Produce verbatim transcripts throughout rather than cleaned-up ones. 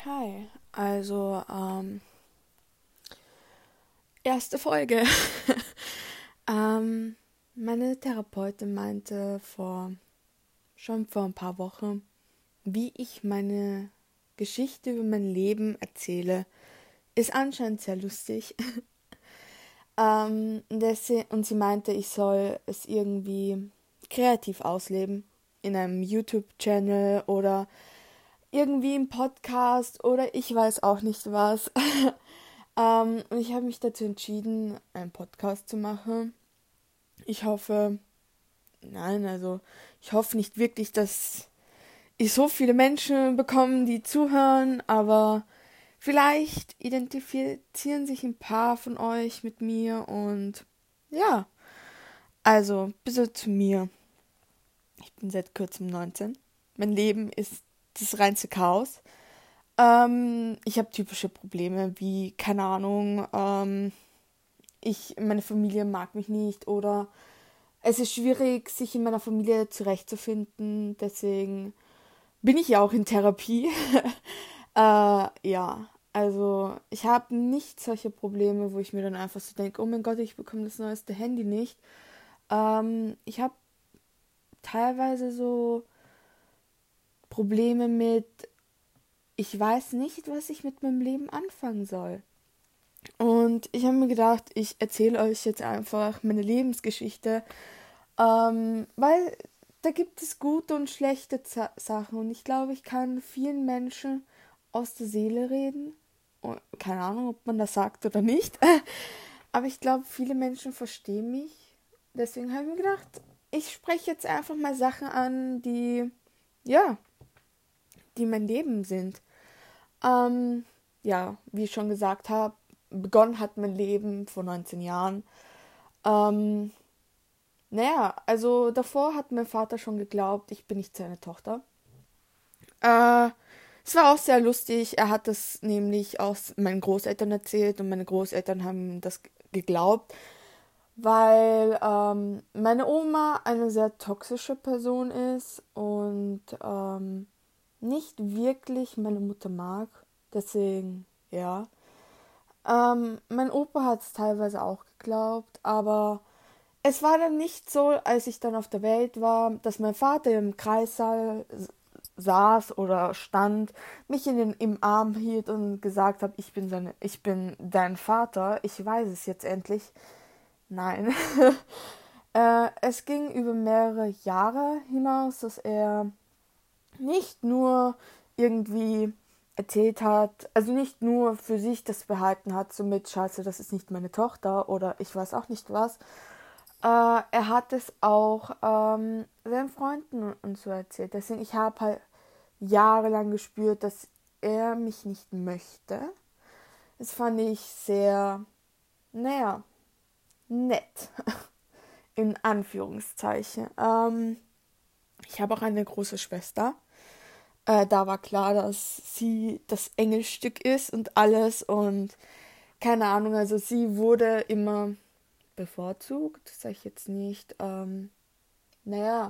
Hi, also ähm, erste Folge. ähm, Meine Therapeutin meinte vor schon vor ein paar Wochen, wie ich meine Geschichte über mein Leben erzähle, ist anscheinend sehr lustig. ähm, dass sie, und sie meinte, ich soll es irgendwie kreativ ausleben in einem YouTube-Channel oder irgendwie im Podcast oder ich weiß auch nicht was. ähm, und ich habe mich dazu entschieden, einen Podcast zu machen. Ich hoffe, nein, also ich hoffe nicht wirklich, dass ich so viele Menschen bekomme, die zuhören, aber vielleicht identifizieren sich ein paar von euch mit mir und ja, also bitte zu mir. Ich bin seit kurzem neunzehn. Mein Leben ist das reinste Chaos. Ähm, ich habe typische Probleme wie, keine Ahnung, ähm, ich, meine Familie mag mich nicht oder es ist schwierig, sich in meiner Familie zurechtzufinden. Deswegen bin ich ja auch in Therapie. äh, ja, also ich habe nicht solche Probleme, wo ich mir dann einfach so denke, oh mein Gott, ich bekomme das neueste Handy nicht. Ähm, ich habe teilweise so Probleme mit, ich weiß nicht, was ich mit meinem Leben anfangen soll. Und ich habe mir gedacht, ich erzähle euch jetzt einfach meine Lebensgeschichte, ähm, weil da gibt es gute und schlechte Z- Sachen und ich glaube, ich kann vielen Menschen aus der Seele reden. Und keine Ahnung, ob man das sagt oder nicht, aber ich glaube, viele Menschen verstehen mich. Deswegen habe ich mir gedacht, ich spreche jetzt einfach mal Sachen an, die, ja, die mein Leben sind. Ähm, ja, wie ich schon gesagt habe, begonnen hat mein Leben vor neunzehn Jahren. Ähm, naja, also davor hat mein Vater schon geglaubt, ich bin nicht seine Tochter. Äh, Es war auch sehr lustig. Er hat das nämlich aus meinen Großeltern erzählt und meine Großeltern haben das geglaubt, weil ähm, meine Oma eine sehr toxische Person ist und ähm, nicht wirklich meine Mutter mag. Deswegen, ja. Ähm, mein Opa hat es teilweise auch geglaubt, aber es war dann nicht so, als ich dann auf der Welt war, dass mein Vater im Kreissaal saß oder stand, mich in den, im Arm hielt und gesagt hat, ich bin seine, ich bin dein Vater, ich weiß es jetzt endlich. Nein. äh, es ging über mehrere Jahre hinaus, dass er nicht nur irgendwie erzählt hat, also nicht nur für sich das behalten hat, so mit Scheiße, das ist nicht meine Tochter oder ich weiß auch nicht was. Äh, er hat es auch ähm, seinen Freunden und so erzählt. Deswegen, ich habe halt jahrelang gespürt, dass er mich nicht möchte. Das fand ich sehr, naja, nett, in Anführungszeichen. Ähm, ich habe auch eine große Schwester. Äh, da war klar, dass sie das Engelstück ist und alles und keine Ahnung, also sie wurde immer bevorzugt, sage ich jetzt nicht. Ähm, naja,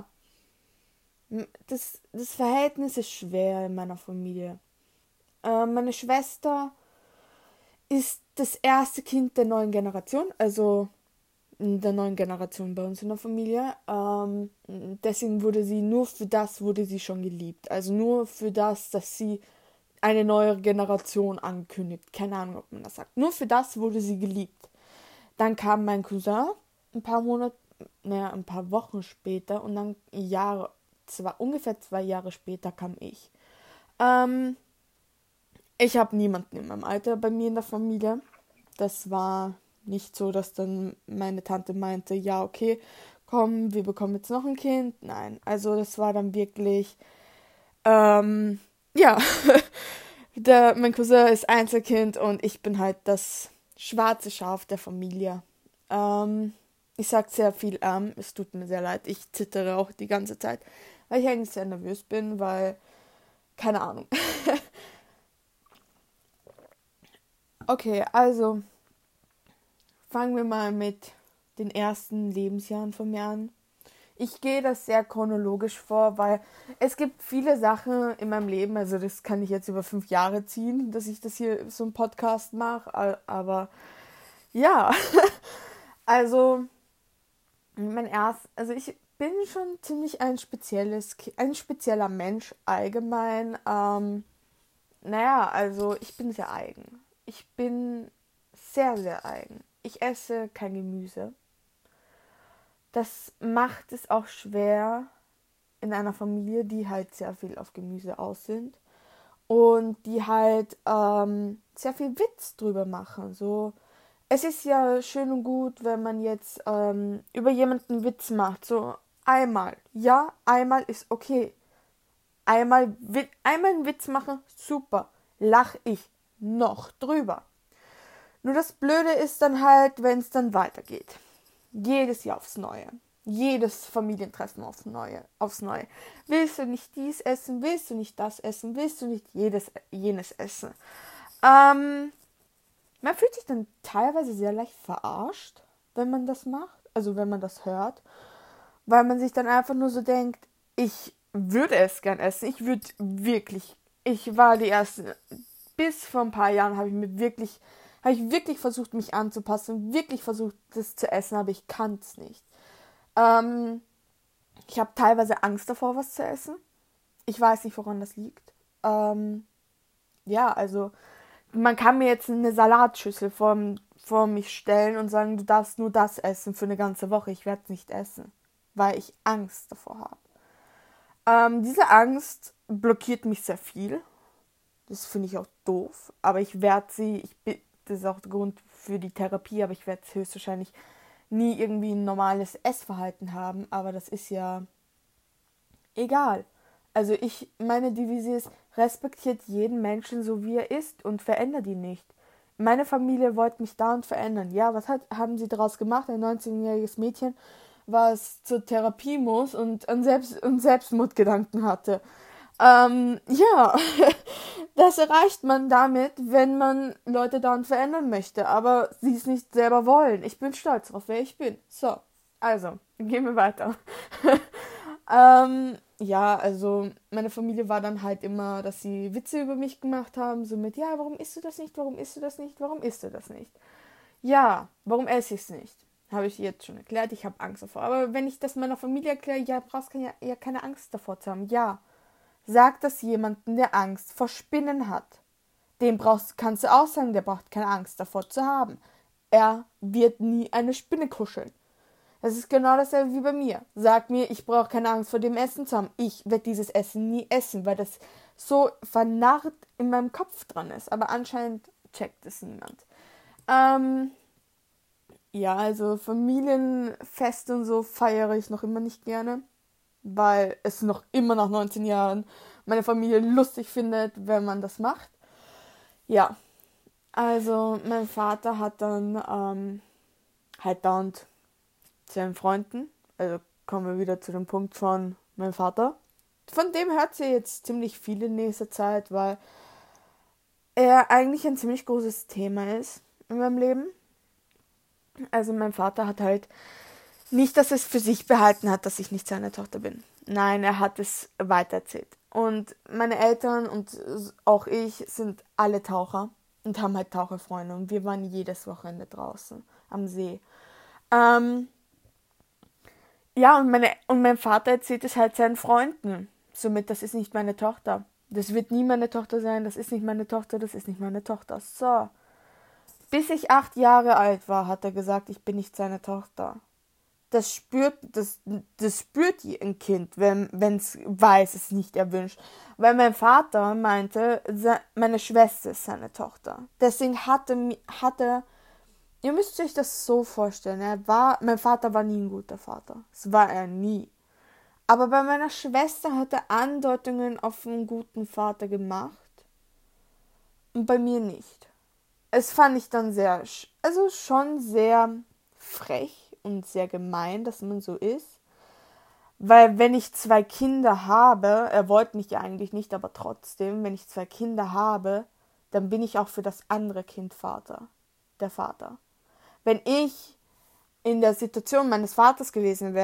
das, das Verhältnis ist schwer in meiner Familie. Äh, meine Schwester ist das erste Kind der neuen Generation, also der neuen Generation bei uns in der Familie. Ähm, deswegen wurde sie nur für das wurde sie schon geliebt. Also nur für das, dass sie eine neue Generation ankündigt. Keine Ahnung, ob man das sagt. Nur für das wurde sie geliebt. Dann kam mein Cousin ein paar Monate, naja, ein paar Wochen später und dann Jahre, zwei, ungefähr zwei Jahre später kam ich. Ähm, Ich habe niemanden in meinem Alter bei mir in der Familie. Das war nicht so, dass dann meine Tante meinte, ja, okay, komm, wir bekommen jetzt noch ein Kind. Nein, also das war dann wirklich, ähm, ja, der, mein Cousin ist Einzelkind und ich bin halt das schwarze Schaf der Familie. Ähm, Ich sag sehr viel ähm, es tut mir sehr leid, ich zittere auch die ganze Zeit, weil ich eigentlich sehr nervös bin, weil, keine Ahnung. Okay, also fangen wir mal mit den ersten Lebensjahren von mir an. Ich gehe das sehr chronologisch vor, weil es gibt viele Sachen in meinem Leben, also das kann ich jetzt über fünf Jahre ziehen, dass ich das hier so einen Podcast mache, aber ja, also mein erst, also ich bin schon ziemlich ein spezielles, ein spezieller Mensch allgemein. Ähm, naja, also ich bin sehr eigen. Ich bin sehr, sehr eigen. Ich esse kein Gemüse. Das macht es auch schwer in einer Familie, die halt sehr viel auf Gemüse aus sind und die halt ähm, sehr viel Witz drüber machen. So, es ist ja schön und gut, wenn man jetzt ähm, über jemanden Witz macht. So einmal, ja, einmal ist okay. Einmal, einmal einen Witz machen, super, lach ich noch drüber. Nur das Blöde ist dann halt, wenn es dann weitergeht. Jedes Jahr aufs Neue. Jedes Familientreffen aufs Neue, aufs Neue. Willst du nicht dies essen? Willst du nicht das essen? Willst du nicht jedes, jenes essen? Ähm, man fühlt sich dann teilweise sehr leicht verarscht, wenn man das macht. Also wenn man das hört. Weil man sich dann einfach nur so denkt, ich würde es gern essen. Ich würde wirklich, ich war die erste, bis vor ein paar Jahren habe ich mir wirklich, habe ich wirklich versucht, mich anzupassen, wirklich versucht, das zu essen, aber ich kann es nicht. Ähm, ich habe teilweise Angst davor, was zu essen. Ich weiß nicht, woran das liegt. Ähm, ja, also man kann mir jetzt eine Salatschüssel vor, vor mich stellen und sagen, du darfst nur das essen für eine ganze Woche. Ich werde es nicht essen, weil ich Angst davor habe. Ähm, diese Angst blockiert mich sehr viel. Das finde ich auch doof. Aber ich werde sie, ich bin, das ist auch der Grund für die Therapie, aber ich werde höchstwahrscheinlich nie irgendwie ein normales Essverhalten haben. Aber das ist ja egal. Also ich, meine Devise ist, respektiert jeden Menschen so wie er ist und verändert ihn nicht. Meine Familie wollte mich dauernd verändern. Ja, was hat, haben sie daraus gemacht? Ein neunzehnjähriges Mädchen, was zur Therapie muss und an Selbst- und Selbstmordgedanken hatte. Ähm, ja, das erreicht man damit, wenn man Leute dauernd verändern möchte, aber sie es nicht selber wollen. Ich bin stolz darauf, wer ich bin. So, also, gehen wir weiter. ähm, ja, also meine Familie war dann halt immer, dass sie Witze über mich gemacht haben, so mit, ja, warum isst du das nicht, warum isst du das nicht, warum isst du das nicht? Ja, warum esse ich es nicht? Habe ich jetzt schon erklärt, ich habe Angst davor. Aber wenn ich das meiner Familie erkläre, ja, brauchst du ja, ja keine Angst davor zu haben. Ja, sag das jemandem, der Angst vor Spinnen hat. Dem brauchst, kannst du auch sagen, der braucht keine Angst davor zu haben. Er wird nie eine Spinne kuscheln. Das ist genau dasselbe wie bei mir. Sag mir, ich brauche keine Angst vor dem Essen zu haben. Ich werde dieses Essen nie essen, weil das so vernarrt in meinem Kopf dran ist. Aber anscheinend checkt es niemand. Ähm, ja, also Familienfeste und so feiere ich noch immer nicht gerne, weil es noch immer nach neunzehn Jahren meine Familie lustig findet, wenn man das macht. Ja, also mein Vater hat dann ähm, halt dauernd seinen Freunden, also kommen wir wieder zu dem Punkt von meinem Vater. Von dem hört sie jetzt ziemlich viel in nächster Zeit, weil er eigentlich ein ziemlich großes Thema ist in meinem Leben. Also mein Vater hat halt nicht, dass es für sich behalten hat, dass ich nicht seine Tochter bin. Nein, er hat es weitererzählt. Und meine Eltern und auch ich sind alle Taucher und haben halt Taucherfreunde. Und wir waren jedes Wochenende draußen am See. Ähm, ja, und, meine, und mein Vater erzählt es halt seinen Freunden. Somit, das ist nicht meine Tochter. Das wird nie meine Tochter sein. Das ist nicht meine Tochter. Das ist nicht meine Tochter. So. Bis ich acht Jahre alt war, hat er gesagt, ich bin nicht seine Tochter. Das spürt, das, das spürt ein Kind, wenn es weiß, es nicht erwünscht. Weil mein Vater meinte, meine Schwester ist seine Tochter. Deswegen hatte, hatte, ihr müsst euch das so vorstellen, er war, mein Vater war nie ein guter Vater. Das war er nie. Aber bei meiner Schwester hat er Andeutungen auf einen guten Vater gemacht. Und bei mir nicht. Es fand ich dann sehr, also schon sehr frech und sehr gemein, dass man so ist. Weil wenn ich zwei Kinder habe, er wollte mich ja eigentlich nicht, aber trotzdem, wenn ich zwei Kinder habe, dann bin ich auch für das andere Kind Vater, der Vater. Wenn ich in der Situation meines Vaters gewesen wäre,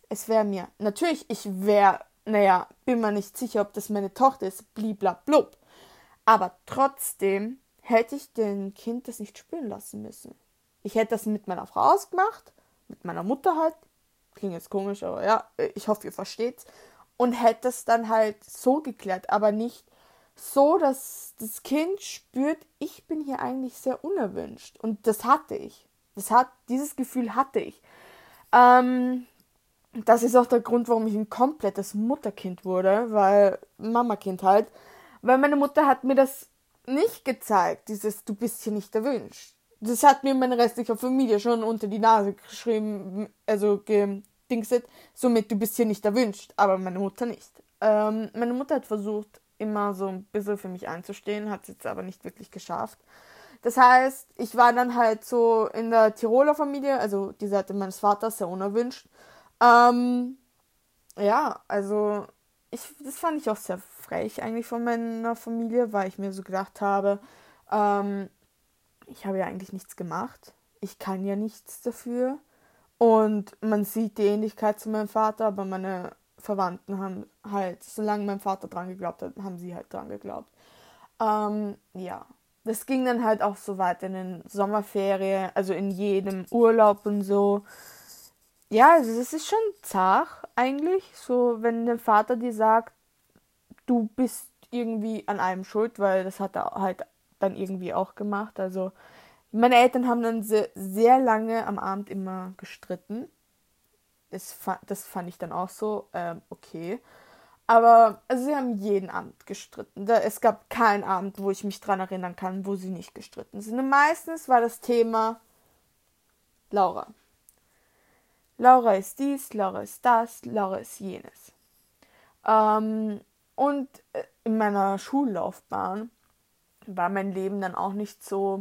Es wäre mir, natürlich, ich wäre, naja, bin mir nicht sicher, ob das meine Tochter ist, bliblablub. Aber trotzdem hätte ich dem Kind das nicht spüren lassen müssen. Ich hätte das mit meiner Frau ausgemacht, mit meiner Mutter halt, klingt jetzt komisch, aber ja, ich hoffe, ihr versteht's, und hätte es dann halt so geklärt, aber nicht so, dass das Kind spürt, ich bin hier eigentlich sehr unerwünscht. Und das hatte ich. Das hat, dieses Gefühl hatte ich. Ähm, das ist auch der Grund, warum ich ein komplettes Mutterkind wurde, weil Mamakind halt. Weil meine Mutter hat mir das nicht gezeigt, dieses du bist hier nicht erwünscht. Das hat mir meine restliche Familie schon unter die Nase geschrieben, also gedingset, somit du bist hier nicht erwünscht, aber meine Mutter nicht. Ähm, meine Mutter hat versucht, immer so ein bisschen für mich einzustehen, hat es jetzt aber nicht wirklich geschafft. Das heißt, ich war dann halt so in der Tiroler Familie, also die Seite meines Vaters, sehr unerwünscht. Ähm, ja, also ich, das fand ich auch sehr frech eigentlich von meiner Familie, weil ich mir so gedacht habe, ähm, ich habe ja eigentlich nichts gemacht. Ich kann ja nichts dafür. Und man sieht die Ähnlichkeit zu meinem Vater, aber meine Verwandten haben halt, solange mein Vater dran geglaubt hat, haben sie halt dran geglaubt. Ähm, ja. Das ging dann halt auch so weit in den Sommerferien, also in jedem Urlaub und so. Ja, also das ist schon zart eigentlich, so wenn der Vater dir sagt, du bist irgendwie an allem schuld, weil das hat er halt dann irgendwie auch gemacht. Also meine Eltern haben dann sehr, sehr lange am Abend immer gestritten. Das, das fand ich dann auch so, ähm, okay. Aber also sie haben jeden Abend gestritten. Da, es gab keinen Abend, wo ich mich dran erinnern kann, wo sie nicht gestritten sind. Und meistens war das Thema Laura. Laura ist dies, Laura ist das, Laura ist jenes. Ähm, und in meiner Schullaufbahn war mein Leben dann auch nicht so,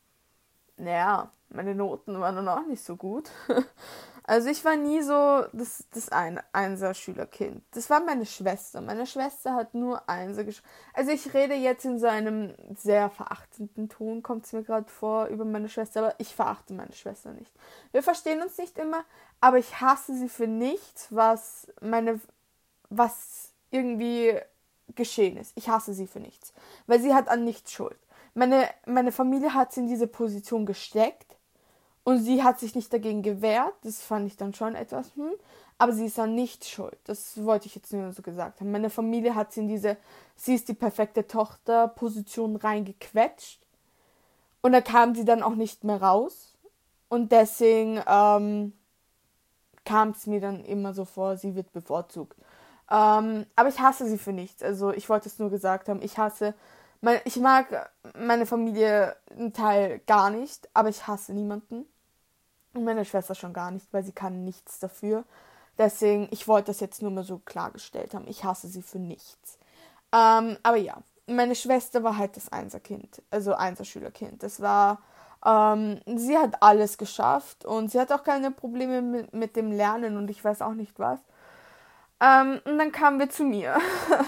naja, meine Noten waren dann auch nicht so gut. Also ich war nie so das, das ein, Einser-Schülerkind. Das war meine Schwester. Meine Schwester hat nur Einser geschrieben. Also ich rede jetzt in so einem sehr verachtenden Ton, kommt es mir gerade vor, über meine Schwester, aber ich verachte meine Schwester nicht. Wir verstehen uns nicht immer, aber ich hasse sie für nichts, was meine, was irgendwie geschehen ist. Ich hasse sie für nichts, weil sie hat an nichts Schuld. Meine, meine Familie hat sie in diese Position gesteckt und sie hat sich nicht dagegen gewehrt. Das fand ich dann schon etwas, hm. Aber sie ist an nichts schuld. Das wollte ich jetzt nur so gesagt haben. Meine Familie hat sie in diese, sie ist die perfekte Tochter-Position reingequetscht. Und da kam sie dann auch nicht mehr raus. Und deswegen ähm, kam es mir dann immer so vor, sie wird bevorzugt. Ähm, aber ich hasse sie für nichts. Also ich wollte es nur gesagt haben. Ich hasse, mein, ich mag meine Familie einen Teil gar nicht, aber ich hasse niemanden. Und meine Schwester schon gar nicht, weil sie kann nichts dafür. Deswegen, ich wollte das jetzt nur mal so klargestellt haben. Ich hasse sie für nichts. Ähm, aber ja, meine Schwester war halt das Einserkind, also Einserschülerkind. Das war, ähm, sie hat alles geschafft und sie hat auch keine Probleme mit, mit dem Lernen und ich weiß auch nicht was. Ähm, und dann kamen wir zu mir.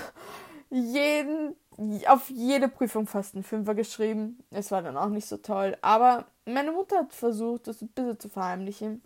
Jeden, auf jede Prüfung fast einen Fünfer geschrieben. Es war dann auch nicht so toll. Aber meine Mutter hat versucht, das ein bisschen zu verheimlichen.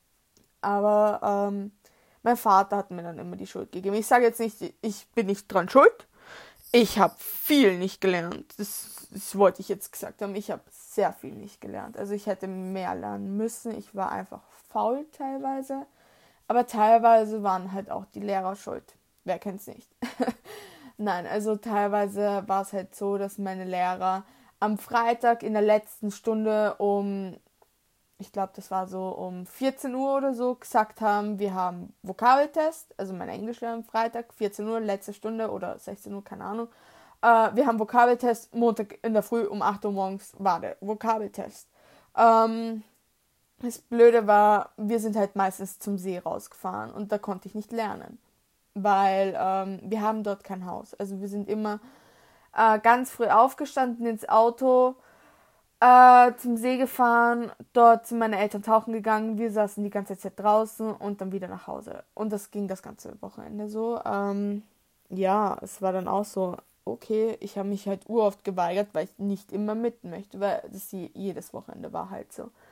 Aber ähm, mein Vater hat mir dann immer die Schuld gegeben. Ich sage jetzt nicht, ich bin nicht dran schuld. Ich habe viel nicht gelernt. Das, das wollte ich jetzt gesagt haben. Ich habe sehr viel nicht gelernt. Also ich hätte mehr lernen müssen. Ich war einfach faul teilweise. Aber teilweise waren halt auch die Lehrer schuld. Wer kennt's nicht? Nein, also teilweise war es halt so, dass meine Lehrer am Freitag in der letzten Stunde um, ich glaube, das war so um vierzehn Uhr oder so, gesagt haben, wir haben Vokabeltest, also mein Englischlehrer am Freitag, vierzehn Uhr, letzte Stunde oder sechzehn Uhr, keine Ahnung. Äh, wir haben Vokabeltest, Montag in der Früh um acht Uhr morgens war der Vokabeltest. Ähm, das Blöde war, wir sind halt meistens zum See rausgefahren und da konnte ich nicht lernen. Weil ähm, wir haben dort kein Haus. Also wir sind immer äh, ganz früh aufgestanden ins Auto, äh, zum See gefahren, dort sind meine Eltern tauchen gegangen, wir saßen die ganze Zeit draußen und dann wieder nach Hause. Und das ging das ganze Wochenende so. Ähm, ja, es war dann auch so, okay, ich habe mich halt uroft geweigert, weil ich nicht immer mit möchte, weil das jedes Wochenende war halt so.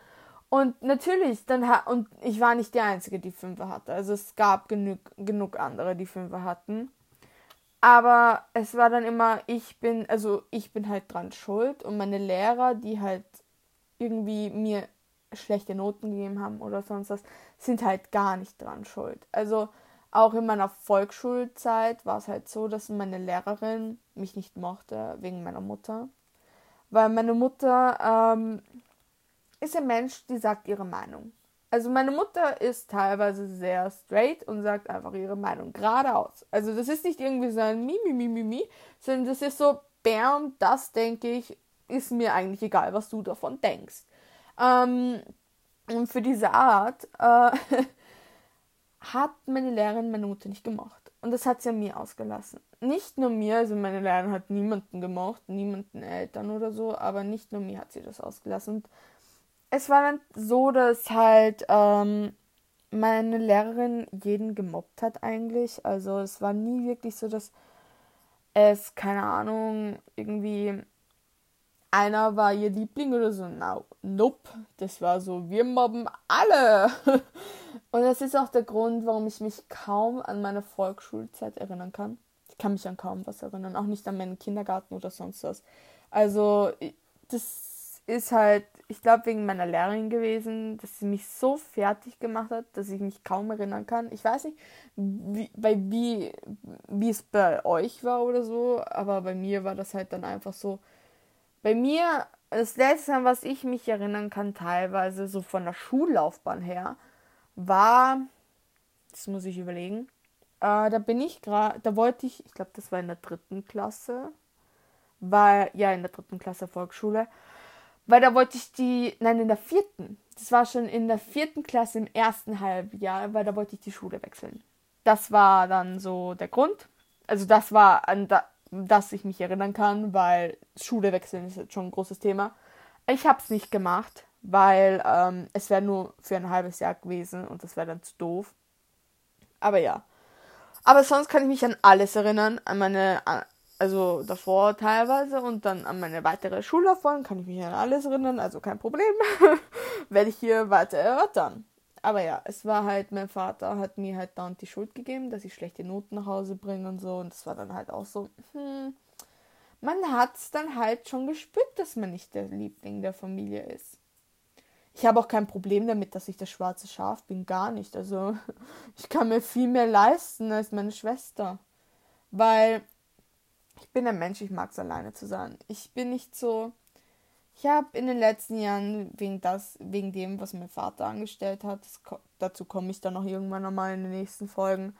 Und natürlich, dann ha- und ich war nicht die Einzige, die Fünfer hatte. Also es gab genug, genug andere, die Fünfer hatten. Aber es war dann immer, ich bin, also ich bin halt dran schuld und meine Lehrer, die halt irgendwie mir schlechte Noten gegeben haben oder sonst was, sind halt gar nicht dran schuld. Also auch in meiner Volksschulzeit war es halt so, dass meine Lehrerin mich nicht mochte wegen meiner Mutter. Weil meine Mutter ähm, ist ein Mensch, die sagt ihre Meinung. Also meine Mutter ist teilweise sehr straight und sagt einfach ihre Meinung geradeaus. Also das ist nicht irgendwie so ein Mi, Mi, Mi, Mi, Mi, sondern das ist so, bam, das denke ich, ist mir eigentlich egal, was du davon denkst. Ähm, und für diese Art äh, hat meine Lehrerin meine Mutter nicht gemocht. Und das hat sie an mir ausgelassen. Nicht nur mir, also meine Lehrerin hat niemanden gemocht, niemanden Eltern oder so, aber nicht nur mir hat sie das ausgelassen. Und es war dann so, dass halt ähm, meine Lehrerin jeden gemobbt hat eigentlich. Also es war nie wirklich so, dass es, keine Ahnung, irgendwie einer war ihr Liebling oder so. No, nope. Das war so, wir mobben alle. Und das ist auch der Grund, warum ich mich kaum an meine Volksschulzeit erinnern kann. Ich kann mich an kaum was erinnern, auch nicht an meinen Kindergarten oder sonst was. Also, das ist halt, ich glaube, wegen meiner Lehrerin gewesen, dass sie mich so fertig gemacht hat, dass ich mich kaum erinnern kann. Ich weiß nicht, wie, bei wie, wie es bei euch war oder so, aber bei mir war das halt dann einfach so. Bei mir, das letzte, an was ich mich erinnern kann, teilweise so von der Schullaufbahn her, war, das muss ich überlegen, äh, da bin ich gerade, da wollte ich, ich glaube, das war in der dritten Klasse, weil, ja, in der dritten Klasse Volksschule, weil da wollte ich die, nein, in der vierten, das war schon in der vierten Klasse im ersten Halbjahr, weil da wollte ich die Schule wechseln. Das war dann so der Grund. Also das war, an da, dass ich mich erinnern kann, weil Schule wechseln ist jetzt schon ein großes Thema. Ich habe es nicht gemacht, weil ähm, es wäre nur für ein halbes Jahr gewesen und das wäre dann zu doof. Aber ja. Aber sonst kann ich mich an alles erinnern, an meine, also davor teilweise und dann an meine weitere Schullaufbahn kann ich mich an alles erinnern, also kein Problem. Werde ich hier weiter erörtern. Aber ja, es war halt, mein Vater hat mir halt dann die Schuld gegeben, dass ich schlechte Noten nach Hause bringe und so. Und das war dann halt auch so, hm, man hat es dann halt schon gespürt, dass man nicht der Liebling der Familie ist. Ich habe auch kein Problem damit, dass ich das schwarze Schaf bin, gar nicht. Also ich kann mir viel mehr leisten als meine Schwester. Weil ich bin ein Mensch, ich mag es alleine zu sein. Ich bin nicht so... Ich habe in den letzten Jahren wegen das, wegen dem, was mein Vater angestellt hat, das, dazu komme ich dann noch irgendwann nochmal in den nächsten Folgen,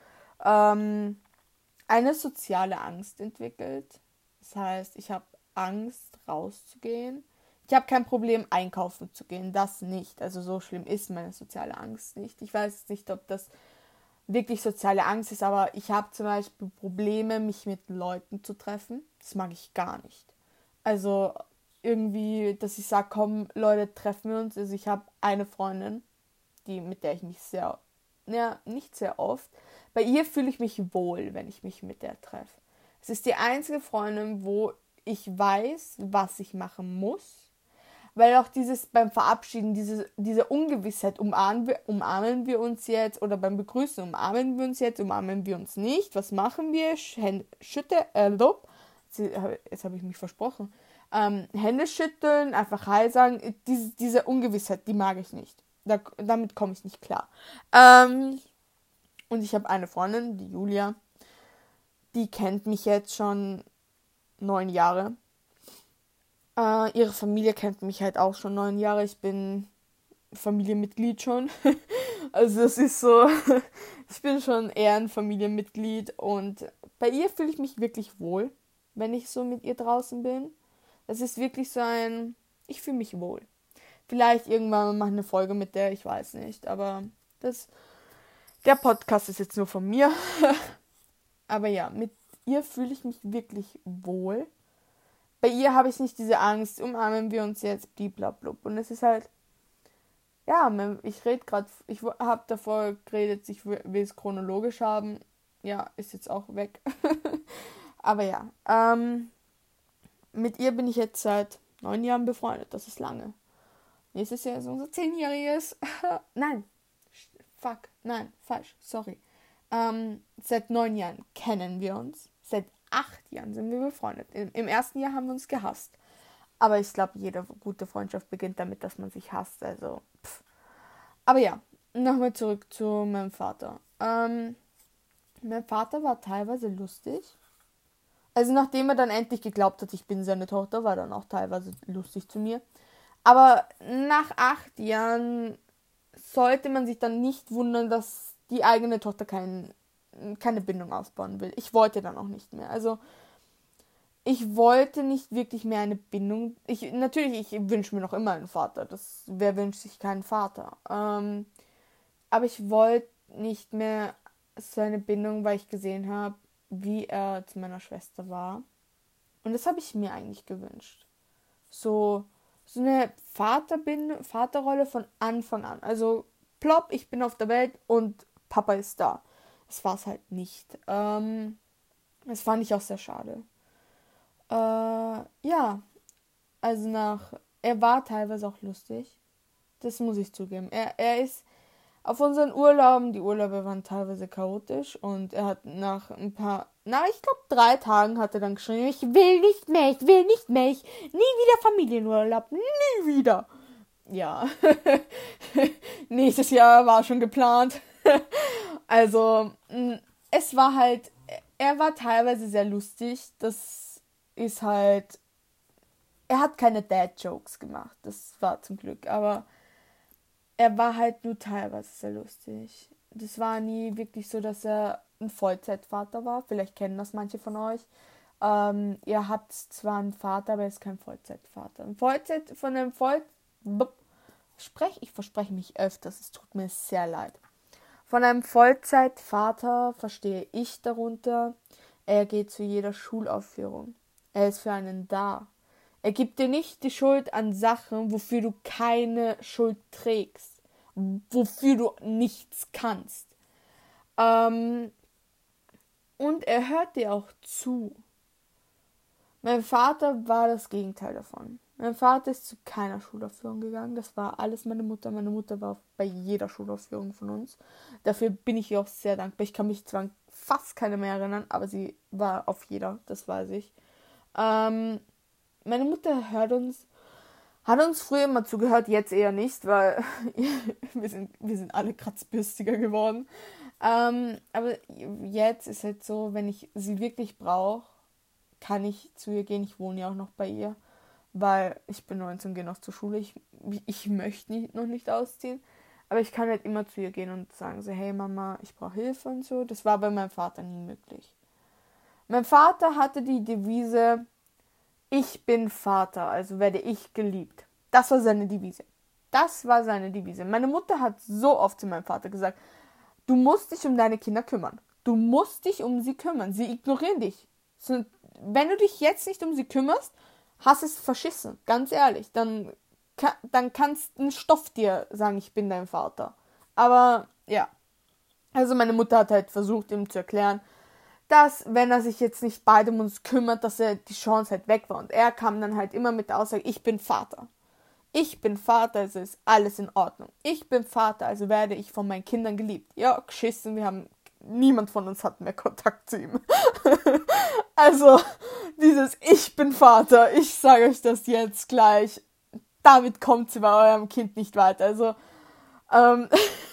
ähm, eine soziale Angst entwickelt. Das heißt, ich habe Angst, rauszugehen. Ich habe kein Problem, einkaufen zu gehen. Das nicht. Also so schlimm ist meine soziale Angst nicht. Ich weiß nicht, ob das wirklich soziale Angst ist, aber ich habe zum Beispiel Probleme, mich mit Leuten zu treffen. Das mag ich gar nicht. Also irgendwie, dass ich sage, komm, Leute, treffen wir uns. Also ich habe eine Freundin, die, mit der ich mich sehr, ja, nicht sehr oft, bei ihr fühle ich mich wohl, wenn ich mich mit der treffe. Es ist die einzige Freundin, wo ich weiß, was ich machen muss, weil auch dieses beim Verabschieden, diese, diese Ungewissheit, umarmen wir, umarmen wir uns jetzt oder beim Begrüßen, umarmen wir uns jetzt, umarmen wir uns nicht, was machen wir, schütte, äh, lob, jetzt habe ich mich versprochen, ähm, Hände schütteln, einfach Hi sagen, diese, diese Ungewissheit, die mag ich nicht. Da, damit komme ich nicht klar. Ähm, und ich habe eine Freundin, die Julia, die kennt mich jetzt schon neun Jahre. Äh, ihre Familie kennt mich halt auch schon neun Jahre. Ich bin Familienmitglied schon. Also es ist so, ich bin schon eher ein Familienmitglied und bei ihr fühle ich mich wirklich wohl, wenn ich so mit ihr draußen bin. Das ist wirklich so ein, ich fühle mich wohl. Vielleicht irgendwann mal eine Folge mit der, ich weiß nicht, aber das, der Podcast ist jetzt nur von mir. Aber ja, mit ihr fühle ich mich wirklich wohl. Bei ihr habe ich nicht diese Angst, umarmen wir uns jetzt, bliblablub. Und es ist halt, ja, ich rede gerade, ich habe davor geredet, ich will es chronologisch haben. Ja, ist jetzt auch weg. Aber ja, ähm, mit ihr bin ich jetzt seit neun Jahren befreundet, das ist lange. Nächstes Jahr ist unser zehnjähriges. Nein, fuck, nein, falsch, sorry. Ähm, seit neun Jahren kennen wir uns. Seit acht Jahren sind wir befreundet. Im, im ersten Jahr haben wir uns gehasst. Aber ich glaube, jede gute Freundschaft beginnt damit, dass man sich hasst. Also, pff. Aber ja, nochmal zurück zu meinem Vater. Ähm, mein Vater war teilweise lustig. Also nachdem er dann endlich geglaubt hat, ich bin seine Tochter, war er dann auch teilweise lustig zu mir. Aber nach acht Jahren sollte man sich dann nicht wundern, dass die eigene Tochter kein, keine Bindung aufbauen will. Ich wollte dann auch nicht mehr. Also ich wollte nicht wirklich mehr eine Bindung. Ich, natürlich, ich wünsche mir noch immer einen Vater. Das, wer wünscht sich keinen Vater? Ähm, aber ich wollte nicht mehr so eine Bindung, weil ich gesehen habe, wie er zu meiner Schwester war. Und das habe ich mir eigentlich gewünscht. So, so eine Vaterbindung, Vaterrolle von Anfang an. Also, plopp, ich bin auf der Welt und Papa ist da. Das war es halt nicht. Ähm, das fand ich auch sehr schade. Äh, ja, also nach, er war teilweise auch lustig. Das muss ich zugeben. Er, er ist auf unseren Urlauben, die Urlaube waren teilweise chaotisch und er hat nach ein paar, na, ich glaube drei Tagen hat er dann geschrieben, ich will nicht mehr, ich will nicht mehr, ich, nie wieder Familienurlaub, nie wieder. Ja, nächstes Jahr war schon geplant. Also, es war halt, er war teilweise sehr lustig, das ist halt, er hat keine Dad-Jokes gemacht, das war zum Glück, aber er war halt nur teilweise sehr lustig. Das war nie wirklich so, dass er ein Vollzeitvater war. Vielleicht kennen das manche von euch. Ähm, ihr habt zwar einen Vater, aber er ist kein Vollzeitvater. Ein Vollzeit von einem Voll... Sprech, ich verspreche mich öfters, es tut mir sehr leid. Von einem Vollzeitvater verstehe ich darunter, er geht zu jeder Schulaufführung. Er ist für einen da. Er gibt dir nicht die Schuld an Sachen, wofür du keine Schuld trägst, wofür du nichts kannst. Ähm, und er hört dir auch zu. Mein Vater war das Gegenteil davon. Mein Vater ist zu keiner Schulaufführung gegangen. Das war alles meine Mutter. Meine Mutter war bei jeder Schulaufführung von uns. Dafür bin ich ihr auch sehr dankbar. Ich kann mich zwar an fast keine mehr erinnern, aber sie war auf jeder, das weiß ich. Ähm, meine Mutter hört uns, hat uns früher immer zugehört, jetzt eher nicht, weil wir sind, wir sind alle kratzbürstiger geworden. Ähm, aber jetzt ist halt so, wenn ich sie wirklich brauche, kann ich zu ihr gehen. Ich wohne ja auch noch bei ihr, weil ich bin neunzehn, gehe noch zur Schule. Ich, ich möchte nicht, noch nicht ausziehen, aber ich kann halt immer zu ihr gehen und sagen so, hey Mama, ich brauche Hilfe und so. Das war bei meinem Vater nie möglich. Mein Vater hatte die Devise, ich bin Vater, also werde ich geliebt. Das war seine Devise. Das war seine Devise. Meine Mutter hat so oft zu meinem Vater gesagt, du musst dich um deine Kinder kümmern. Du musst dich um sie kümmern. Sie ignorieren dich. So, wenn du dich jetzt nicht um sie kümmerst, hast es verschissen. Ganz ehrlich. Dann, dann kannst ein Stoff dir sagen, ich bin dein Vater. Aber ja. Also meine Mutter hat halt versucht, ihm zu erklären, dass, wenn er sich jetzt nicht beide um uns kümmert, dass er die Chance halt weg war. Und er kam dann halt immer mit der Aussage, ich bin Vater. Ich bin Vater, also ist alles in Ordnung. Ich bin Vater, also werde ich von meinen Kindern geliebt. Ja, geschissen, wir haben, niemand von uns hat mehr Kontakt zu ihm. Also, dieses Ich bin Vater, ich sage euch das jetzt gleich, damit kommt sie bei eurem Kind nicht weiter. Also, ähm,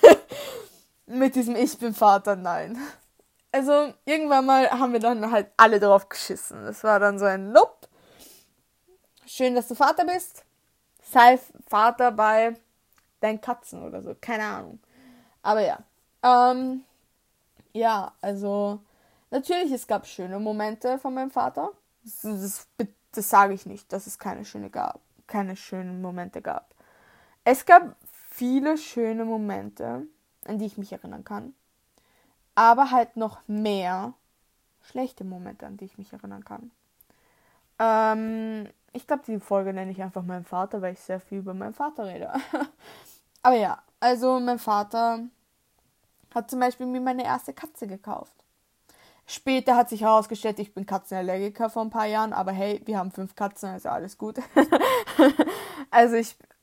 mit diesem Ich bin Vater, nein. Also, irgendwann mal haben wir dann halt alle drauf geschissen. Das war dann so ein Nope. Schön, dass du Vater bist. Sei Vater bei deinen Katzen oder so. Keine Ahnung. Aber ja. Ähm, ja, also, natürlich, es gab schöne Momente von meinem Vater. Das, das, das sage ich nicht, dass es keine schöne gab, keine schönen Momente gab. Es gab viele schöne Momente, an die ich mich erinnern kann. Aber halt noch mehr schlechte Momente, an die ich mich erinnern kann. Ähm, ich glaube, die Folge nenne ich einfach meinen Vater, weil ich sehr viel über meinen Vater rede. Aber ja, also mein Vater hat zum Beispiel mir meine erste Katze gekauft. Später hat sich herausgestellt, ich bin Katzenallergiker vor ein paar Jahren, aber hey, wir haben fünf Katzen, also alles gut. Also ich,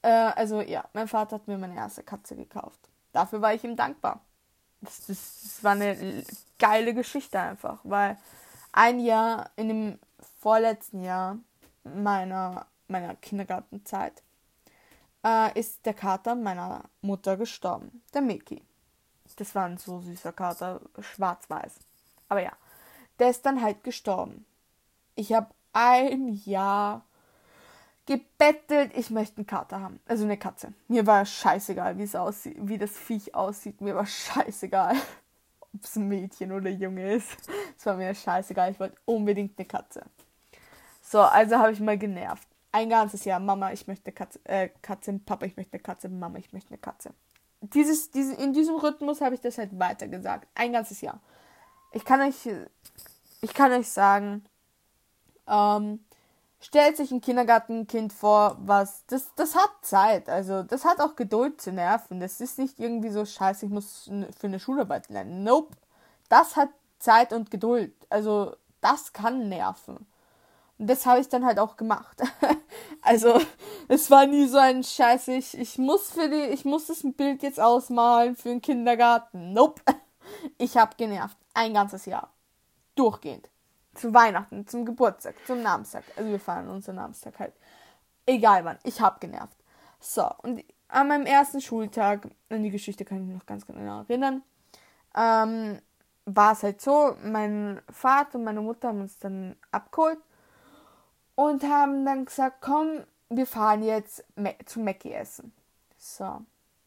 äh, also ja, mein Vater hat mir meine erste Katze gekauft. Dafür war ich ihm dankbar. Das, das, das war eine geile Geschichte einfach, weil ein Jahr, in dem vorletzten Jahr meiner, meiner Kindergartenzeit, äh, ist der Kater meiner Mutter gestorben, der Mickey. Das war ein so süßer Kater, schwarz-weiß. Aber ja, der ist dann halt gestorben. Ich habe ein Jahr gebettelt, ich möchte einen Kater haben. Also eine Katze. Mir war scheißegal, wie es aussieht, wie das Viech aussieht. Mir war scheißegal, ob es ein Mädchen oder ein Junge ist. Es war mir scheißegal. Ich wollte unbedingt eine Katze. So, also habe ich mal genervt. Ein ganzes Jahr. Mama, ich möchte eine Katze. Äh, Katze. Papa, ich möchte eine Katze. Mama, ich möchte eine Katze. Dieses, diese, in diesem Rhythmus habe ich das halt weiter gesagt. Ein ganzes Jahr. Ich kann euch, ich kann euch sagen, ähm, stellt sich ein Kindergartenkind vor, was, das, das hat Zeit, also das hat auch Geduld zu nerven. Das ist nicht irgendwie so scheiße, ich muss für eine Schularbeit lernen. Nope. Das hat Zeit und Geduld. Also das kann nerven. Und das habe ich dann halt auch gemacht. Also es war nie so ein Scheiß, ich, ich muss für die, ich muss das Bild jetzt ausmalen für den Kindergarten. Nope. Ich habe genervt. Ein ganzes Jahr. Durchgehend. Zu Weihnachten, zum Geburtstag, zum Namenstag. Also wir feiern unseren Namenstag halt. Egal wann. Ich habe genervt. So, und an meinem ersten Schultag, an die Geschichte kann ich mich noch ganz genau erinnern, ähm, war es halt so, mein Vater und meine Mutter haben uns dann abgeholt und haben dann gesagt, komm, wir fahren jetzt zu Mäcki essen. So.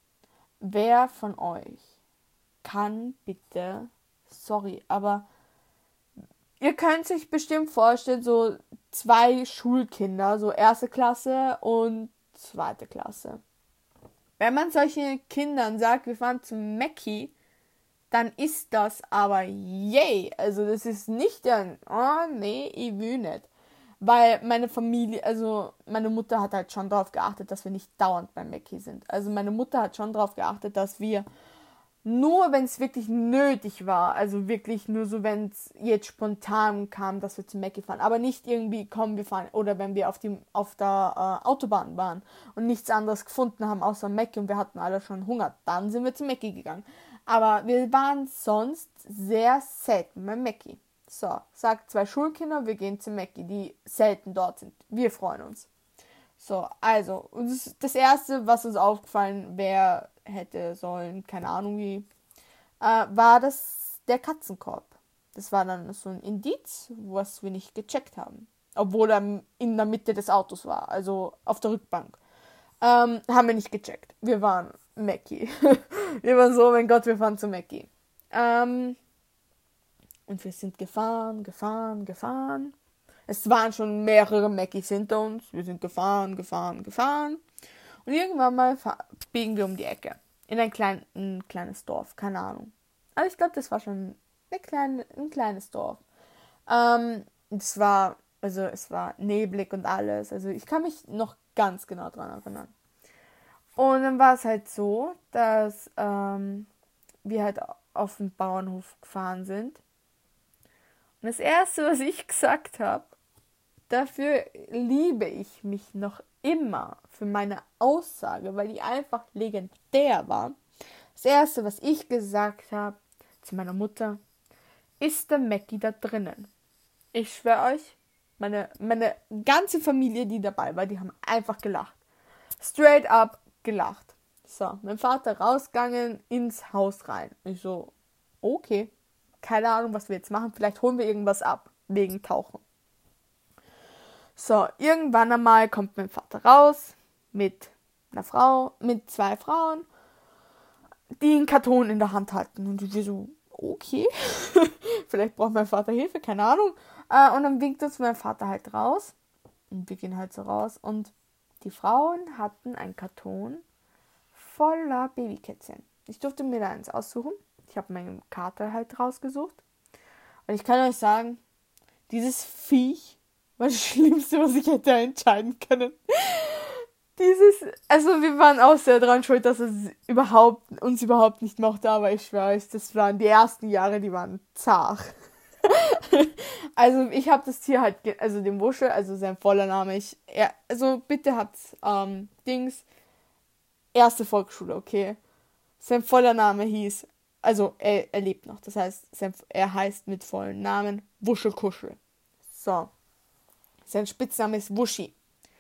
Wer von euch kann bitte, sorry, aber ihr könnt sich bestimmt vorstellen, so zwei Schulkinder, so erste Klasse und zweite Klasse. Wenn man solchen Kindern sagt, wir fahren zu Mäcki, dann ist das aber yay. Also das ist nicht ein, oh nee, ich will nicht. Weil meine Familie, also meine Mutter hat halt schon darauf geachtet, dass wir nicht dauernd beim Mäcki sind. Also meine Mutter hat schon darauf geachtet, dass wir nur, wenn es wirklich nötig war, also wirklich nur so, wenn es jetzt spontan kam, dass wir zu Mäcki fahren, aber nicht irgendwie, komm, wir fahren, oder wenn wir auf, die, auf der äh, Autobahn waren und nichts anderes gefunden haben außer Mäcki und wir hatten alle schon Hunger, dann sind wir zu Mäcki gegangen. Aber wir waren sonst sehr selten bei Mäcki. So, sagt zwei Schulkinder, wir gehen zu Mäcki, die selten dort sind. Wir freuen uns. So, also, das Erste, was uns aufgefallen wäre, hätte sollen, keine Ahnung wie, äh, war das der Katzenkorb. Das war dann so ein Indiz, was wir nicht gecheckt haben. Obwohl er in der Mitte des Autos war, also auf der Rückbank. Ähm, haben wir nicht gecheckt. Wir waren Mäcki. Wir waren so, mein Gott, wir fahren zu Mäcki. Ähm, und wir sind gefahren, gefahren, gefahren. Es waren schon mehrere Mäckis hinter uns. Wir sind gefahren, gefahren, gefahren. Und irgendwann mal biegen wir um die Ecke. In ein, klein, ein kleines Dorf, keine Ahnung. Aber ich glaube, das war schon eine kleine, ein kleines Dorf. Ähm, es war, also es war neblig und alles. Also ich kann mich noch ganz genau dran erinnern. Und dann war es halt so, dass ähm, wir halt auf den Bauernhof gefahren sind. Und das Erste, was ich gesagt habe, dafür liebe ich mich noch immer für meine Aussage, weil die einfach legendär war. Das Erste, was ich gesagt habe zu meiner Mutter, ist der Mäcki da drinnen. Ich schwöre euch, meine, meine ganze Familie, die dabei war, die haben einfach gelacht. Straight up gelacht. So, mein Vater rausgegangen, ins Haus rein. Ich so, okay, keine Ahnung, was wir jetzt machen. Vielleicht holen wir irgendwas ab, wegen Tauchen. So, irgendwann einmal kommt mein Vater raus mit einer Frau, mit zwei Frauen, die einen Karton in der Hand halten. Und ich so, okay, vielleicht braucht mein Vater Hilfe, keine Ahnung. Und dann winkt uns mein Vater halt raus. Und wir gehen halt so raus. Und die Frauen hatten einen Karton voller Babykätzchen. Ich durfte mir da eins aussuchen. Ich habe meinen Kater halt rausgesucht. Und ich kann euch sagen, dieses Viech war das Schlimmste, was ich hätte entscheiden können. Dieses, also wir waren auch sehr daran schuld, dass es überhaupt, uns überhaupt nicht mochte, aber ich schwöre euch, das waren die ersten Jahre, die waren zart. Also ich habe das Tier halt, also den Wuschel, also sein voller Name, ich, er, also bitte habt's, ähm, Dings, erste Volksschule, okay. Sein voller Name hieß, also er, er lebt noch, das heißt, sein, er heißt mit vollen Namen Wuschelkuschel. So. Sein Spitzname ist Wuschi.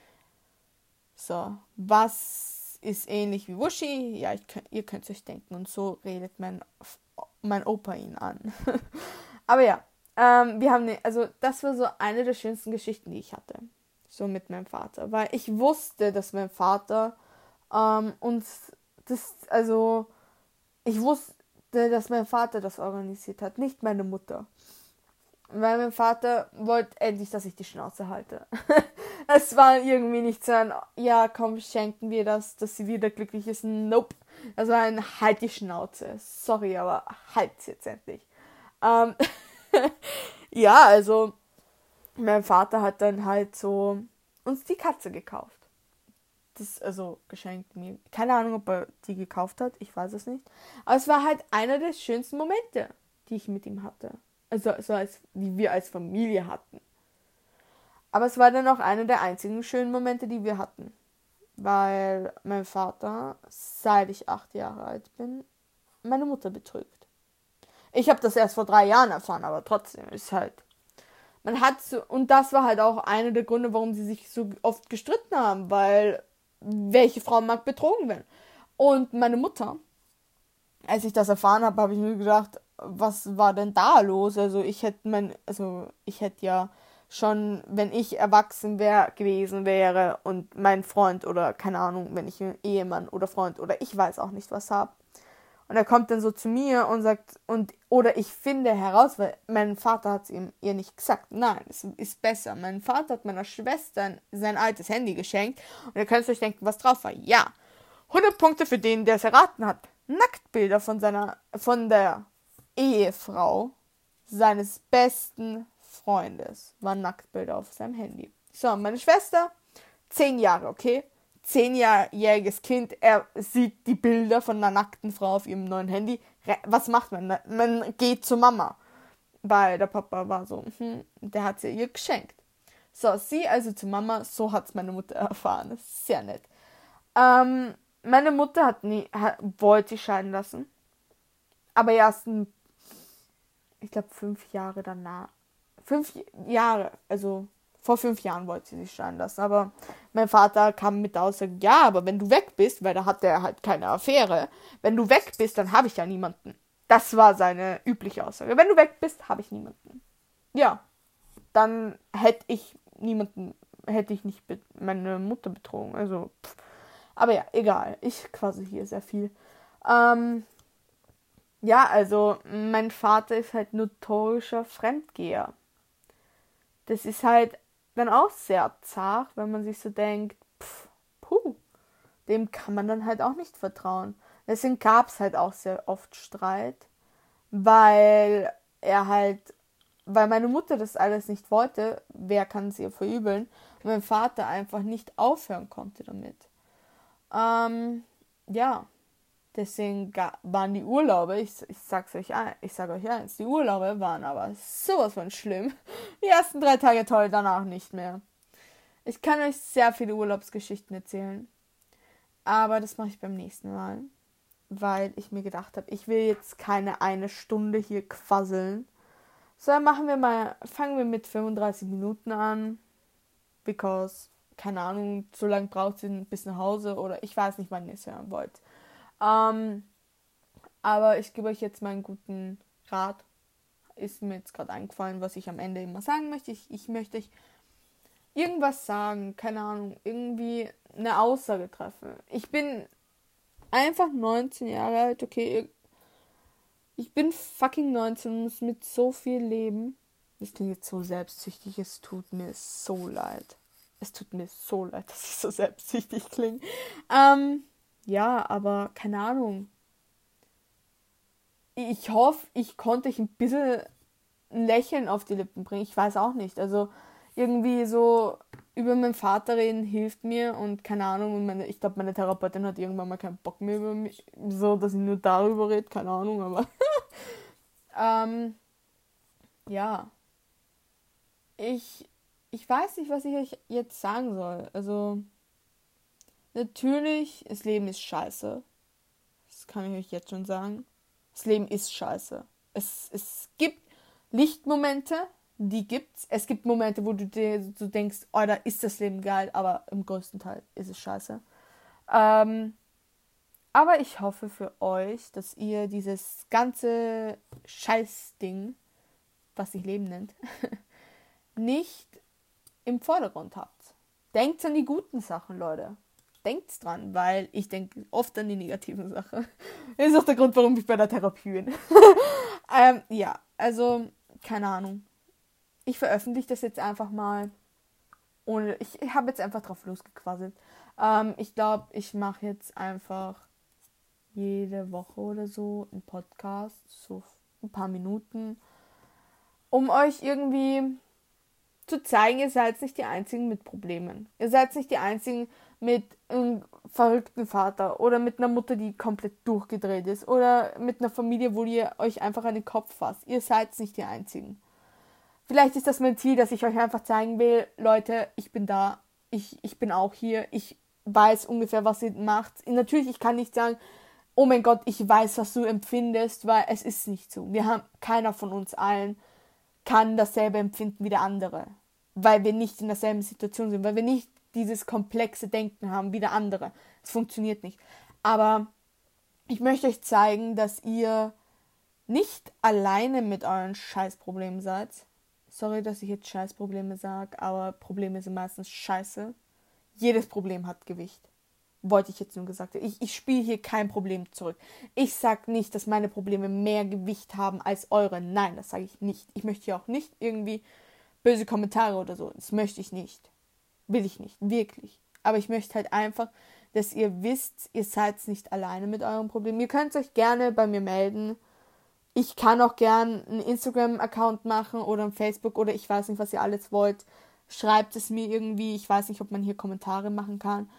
So. Was ist ähnlich wie Wuschi? Ja, ich, ihr könnt es euch denken. Und so redet mein, mein Opa ihn an. Aber ja, ähm, wir haben, ne, also das war so eine der schönsten Geschichten, die ich hatte. So mit meinem Vater. Weil ich wusste, dass mein Vater ähm, uns das, also ich wusste, dass mein Vater das organisiert hat, nicht meine Mutter. Weil mein Vater wollte endlich, dass ich die Schnauze halte. Es war irgendwie nicht so ein, ja komm, schenken wir das, dass sie wieder glücklich ist. Nope. Das war ein, halt die Schnauze. Sorry, aber halt's jetzt endlich. Ähm, ja, also mein Vater hat dann halt so uns die Katze gekauft. Das, also geschenkt mir. Keine Ahnung, ob er die gekauft hat, ich weiß es nicht. Aber es war halt einer der schönsten Momente, die ich mit ihm hatte. Also so als, die wir als Familie hatten. Aber es war dann auch einer der einzigen schönen Momente, die wir hatten. Weil mein Vater, seit ich acht Jahre alt bin, meine Mutter betrügt. Ich habe das erst vor drei Jahren erfahren, aber trotzdem ist halt... Man hat so... Und das war halt auch einer der Gründe, warum sie sich so oft gestritten haben. Weil welche Frau mag betrogen werden? Und meine Mutter, als ich das erfahren habe, habe ich mir gedacht, was war denn da los? Also ich hätte mein... Also ich hätte ja... schon, wenn ich erwachsen wär, gewesen wäre und mein Freund oder, keine Ahnung, wenn ich einen Ehemann oder Freund oder ich weiß auch nicht was habe. Und er kommt dann so zu mir und sagt, und oder ich finde heraus, weil mein Vater hat es ihm ihr nicht gesagt. Nein, es ist besser. Mein Vater hat meiner Schwester sein altes Handy geschenkt und ihr könnt euch denken, was drauf war. Ja, hundert Punkte für den, der es erraten hat. Nacktbilder von seiner, von der Ehefrau seines besten Freundes waren Nacktbilder auf seinem Handy. So, meine Schwester, zehn Jahre, okay? Zehnjähriges Kind, er sieht die Bilder von einer nackten Frau auf ihrem neuen Handy. Was macht man? Man geht zur Mama. Weil der Papa war so, hm, der hat sie ihr geschenkt. So, sie also zur Mama, so hat es meine Mutter erfahren. Sehr nett. Ähm, meine Mutter hat nie, hat, wollte sich scheiden lassen. Aber erst, ein, ich glaube, fünf Jahre danach. Fünf Jahre, also vor fünf Jahren wollte sie sich scheiden lassen. Aber mein Vater kam mit der Aussage, ja, aber wenn du weg bist, weil da hatte er halt keine Affäre, wenn du weg bist, dann habe ich ja niemanden. Das war seine übliche Aussage. Wenn du weg bist, habe ich niemanden. Ja, dann hätte ich niemanden, hätte ich nicht meine Mutter betrogen. Also, pff. Aber ja, egal. Ich quasi hier sehr viel. Ähm, ja, also mein Vater ist halt notorischer Fremdgeher. Das ist halt dann auch sehr zart, wenn man sich so denkt, pff, puh, dem kann man dann halt auch nicht vertrauen. Deswegen gab es halt auch sehr oft Streit, weil er halt, weil meine Mutter das alles nicht wollte, wer kann es ihr verübeln, und mein Vater einfach nicht aufhören konnte damit. Ähm, ja, deswegen waren die Urlaube, ich, ich sag's euch ein, ich sag euch eins, die Urlaube waren aber sowas von schlimm. Die ersten drei Tage toll, danach nicht mehr. Ich kann euch sehr viele Urlaubsgeschichten erzählen, aber das mache ich beim nächsten Mal, weil ich mir gedacht habe, ich will jetzt keine eine Stunde hier quasseln, sondern machen wir mal, fangen wir mit fünfunddreißig Minuten an, because, keine Ahnung, so lange braucht sie bis nach Hause oder ich weiß nicht, wann ihr es hören wollt. Ähm, aber ich gebe euch jetzt mal einen guten Rat. Ist mir jetzt gerade eingefallen, was ich am Ende immer sagen möchte. Ich, ich möchte euch irgendwas sagen, keine Ahnung, irgendwie eine Aussage treffen. Ich bin einfach neunzehn Jahre alt, okay. Ich bin fucking neunzehn und muss mit so viel leben. Das klingt jetzt so selbstsüchtig, es tut mir so leid. Es tut mir so leid, dass ich so selbstsüchtig klinge. Ähm, ja, aber keine Ahnung. Ich hoffe, ich konnte euch ein bisschen ein Lächeln auf die Lippen bringen. Ich weiß auch nicht. Also irgendwie so über meinen Vater reden hilft mir und keine Ahnung. Und meine, ich glaube, meine Therapeutin hat irgendwann mal keinen Bock mehr über mich. So, dass ich nur darüber rede. Keine Ahnung, aber ähm, ja. Ich, ich weiß nicht, was ich euch jetzt sagen soll. Also natürlich, das Leben ist scheiße. Das kann ich euch jetzt schon sagen. Das Leben ist scheiße. Es, es gibt Lichtmomente, die gibt's. Es gibt Momente, wo du dir so denkst, oh, da ist das Leben geil, aber im größten Teil ist es scheiße. Ähm, aber ich hoffe für euch, dass ihr dieses ganze Scheißding, was sich Leben nennt, nicht im Vordergrund habt. Denkt an die guten Sachen, Leute. Denkt dran, weil ich denke oft an die negativen Sachen. Das ist auch der Grund, warum ich bei der Therapie bin. ähm, ja, also, keine Ahnung. Ich veröffentliche das jetzt einfach mal. Ohne, ich ich habe jetzt einfach drauf losgequasselt. Ähm, ich glaube, ich mache jetzt einfach jede Woche oder so einen Podcast, so ein paar Minuten, um euch irgendwie zu zeigen, ihr seid nicht die Einzigen mit Problemen. Ihr seid nicht die Einzigen mit einem verrückten Vater oder mit einer Mutter, die komplett durchgedreht ist oder mit einer Familie, wo ihr euch einfach an den Kopf fasst. Ihr seid nicht die Einzigen. Vielleicht ist das mein Ziel, dass ich euch einfach zeigen will, Leute, ich bin da, ich, ich bin auch hier, ich weiß ungefähr, was ihr macht. Natürlich, ich kann nicht sagen, oh mein Gott, ich weiß, was du empfindest, weil es ist nicht so. Wir haben, keiner von uns allen kann dasselbe empfinden wie der andere, weil wir nicht in derselben Situation sind, weil wir nicht dieses komplexe Denken haben wie der andere. Es funktioniert nicht. Aber ich möchte euch zeigen, dass ihr nicht alleine mit euren Scheißproblemen seid. Sorry, dass ich jetzt Scheißprobleme sage, aber Probleme sind meistens scheiße. Jedes Problem hat Gewicht. Wollte ich jetzt nur gesagt haben. Ich, ich spiele hier kein Problem zurück. Ich sage nicht, dass meine Probleme mehr Gewicht haben als eure. Nein, das sage ich nicht. Ich möchte hier auch nicht irgendwie böse Kommentare oder so. Das möchte ich nicht. Will ich nicht. Wirklich. Aber ich möchte halt einfach, dass ihr wisst, ihr seid nicht alleine mit euren Problemen. Ihr könnt euch gerne bei mir melden. Ich kann auch gern einen Instagram-Account machen oder ein Facebook oder ich weiß nicht, was ihr alles wollt. Schreibt es mir irgendwie. Ich weiß nicht, ob man hier Kommentare machen kann.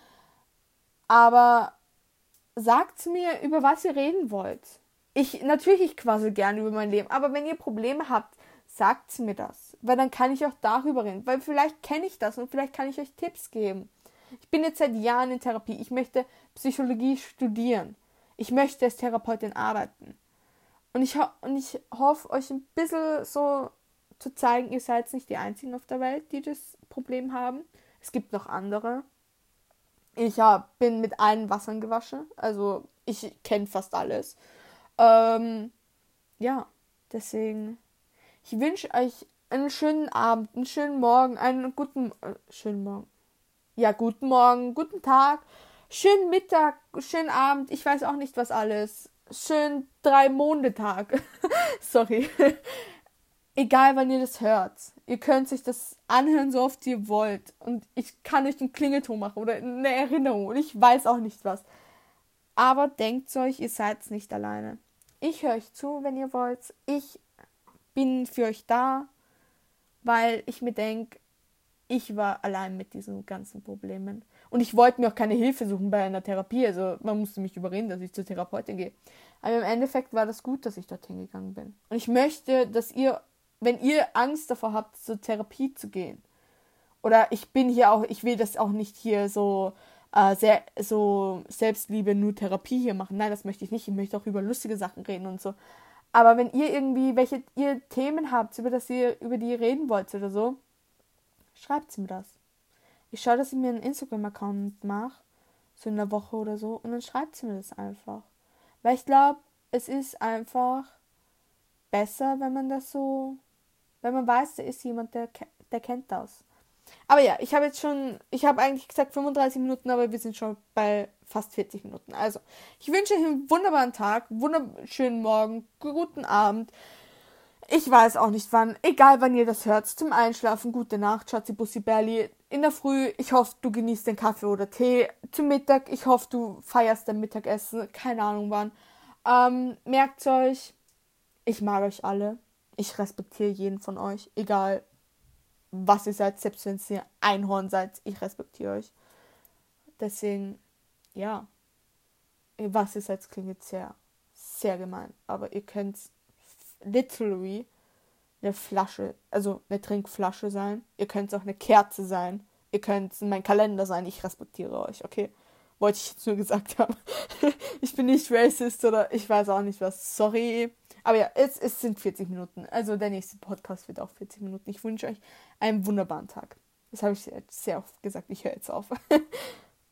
Aber sagt mir, über was ihr reden wollt. Ich, natürlich, ich quassel gerne über mein Leben, aber wenn ihr Probleme habt, sagt mir das. Weil dann kann ich auch darüber reden. Weil vielleicht kenne ich das und vielleicht kann ich euch Tipps geben. Ich bin jetzt seit Jahren in Therapie. Ich möchte Psychologie studieren. Ich möchte als Therapeutin arbeiten. Und ich, ho- und ich hoffe, euch ein bisschen so zu zeigen, ihr seid nicht die Einzigen auf der Welt, die das Problem haben. Es gibt noch andere. Ich hab, bin mit allen Wassern gewaschen. Also ich kenne fast alles. Ähm, ja, deswegen. Ich wünsche euch einen schönen Abend, einen schönen Morgen, einen guten... Äh, schönen Morgen. Ja, guten Morgen, guten Tag, schönen Mittag, schönen Abend. Ich weiß auch nicht, was alles. Schönen Drei-Monde-Tag. Sorry. Egal, wann ihr das hört. Ihr könnt sich das anhören, so oft ihr wollt. Und ich kann euch einen Klingelton machen oder eine Erinnerung. Und ich weiß auch nicht was. Aber denkt euch, ihr seid nicht alleine. Ich höre euch zu, wenn ihr wollt. Ich bin für euch da, weil ich mir denke, ich war allein mit diesen ganzen Problemen. Und ich wollte mir auch keine Hilfe suchen bei einer Therapie. Also man musste mich überreden, dass ich zur Therapeutin gehe. Aber im Endeffekt war das gut, dass ich dorthin gegangen bin. Und ich möchte, dass ihr, wenn ihr Angst davor habt, zur Therapie zu gehen, oder ich bin hier auch, ich will das auch nicht hier so, äh, sehr, so Selbstliebe, nur Therapie hier machen. Nein, das möchte ich nicht. Ich möchte auch über lustige Sachen reden und so. Aber wenn ihr irgendwie, welche ihr Themen habt, über das ihr, über die ihr reden wollt oder so, schreibt mir das. Ich schaue, dass ich mir einen Instagram-Account mache, so in einer Woche oder so, und dann schreibt mir das einfach. Weil ich glaube, es ist einfach besser, wenn man das so, wenn man weiß, da ist jemand, der, der kennt das. Aber ja, ich habe jetzt schon, ich habe eigentlich gesagt fünfunddreißig Minuten, aber wir sind schon bei fast vierzig Minuten. Also, ich wünsche euch einen wunderbaren Tag, wunderschönen Morgen, guten Abend. Ich weiß auch nicht wann, egal wann ihr das hört, zum Einschlafen, gute Nacht, Schatzi Bussi Berli. In der Früh, ich hoffe, du genießt den Kaffee oder Tee. Zum Mittag, ich hoffe, du feierst dein Mittagessen, keine Ahnung wann. Ähm, merkt euch, ich mag euch alle. Ich respektiere jeden von euch, egal was ihr seid, selbst wenn ihr Einhorn seid, ich respektiere euch. Deswegen, ja, was ihr seid, klingt jetzt sehr, sehr gemein, aber ihr könnt literally eine Flasche, also eine Trinkflasche sein. Ihr könnt auch eine Kerze sein. Ihr könnt mein Kalender sein. Ich respektiere euch, okay? Wollte ich jetzt nur gesagt haben. Ich bin nicht racist oder ich weiß auch nicht was. Sorry. Aber ja, es, es sind vierzig Minuten. Also der nächste Podcast wird auch vierzig Minuten. Ich wünsche euch einen wunderbaren Tag. Das habe ich sehr, sehr oft gesagt. Ich höre jetzt auf.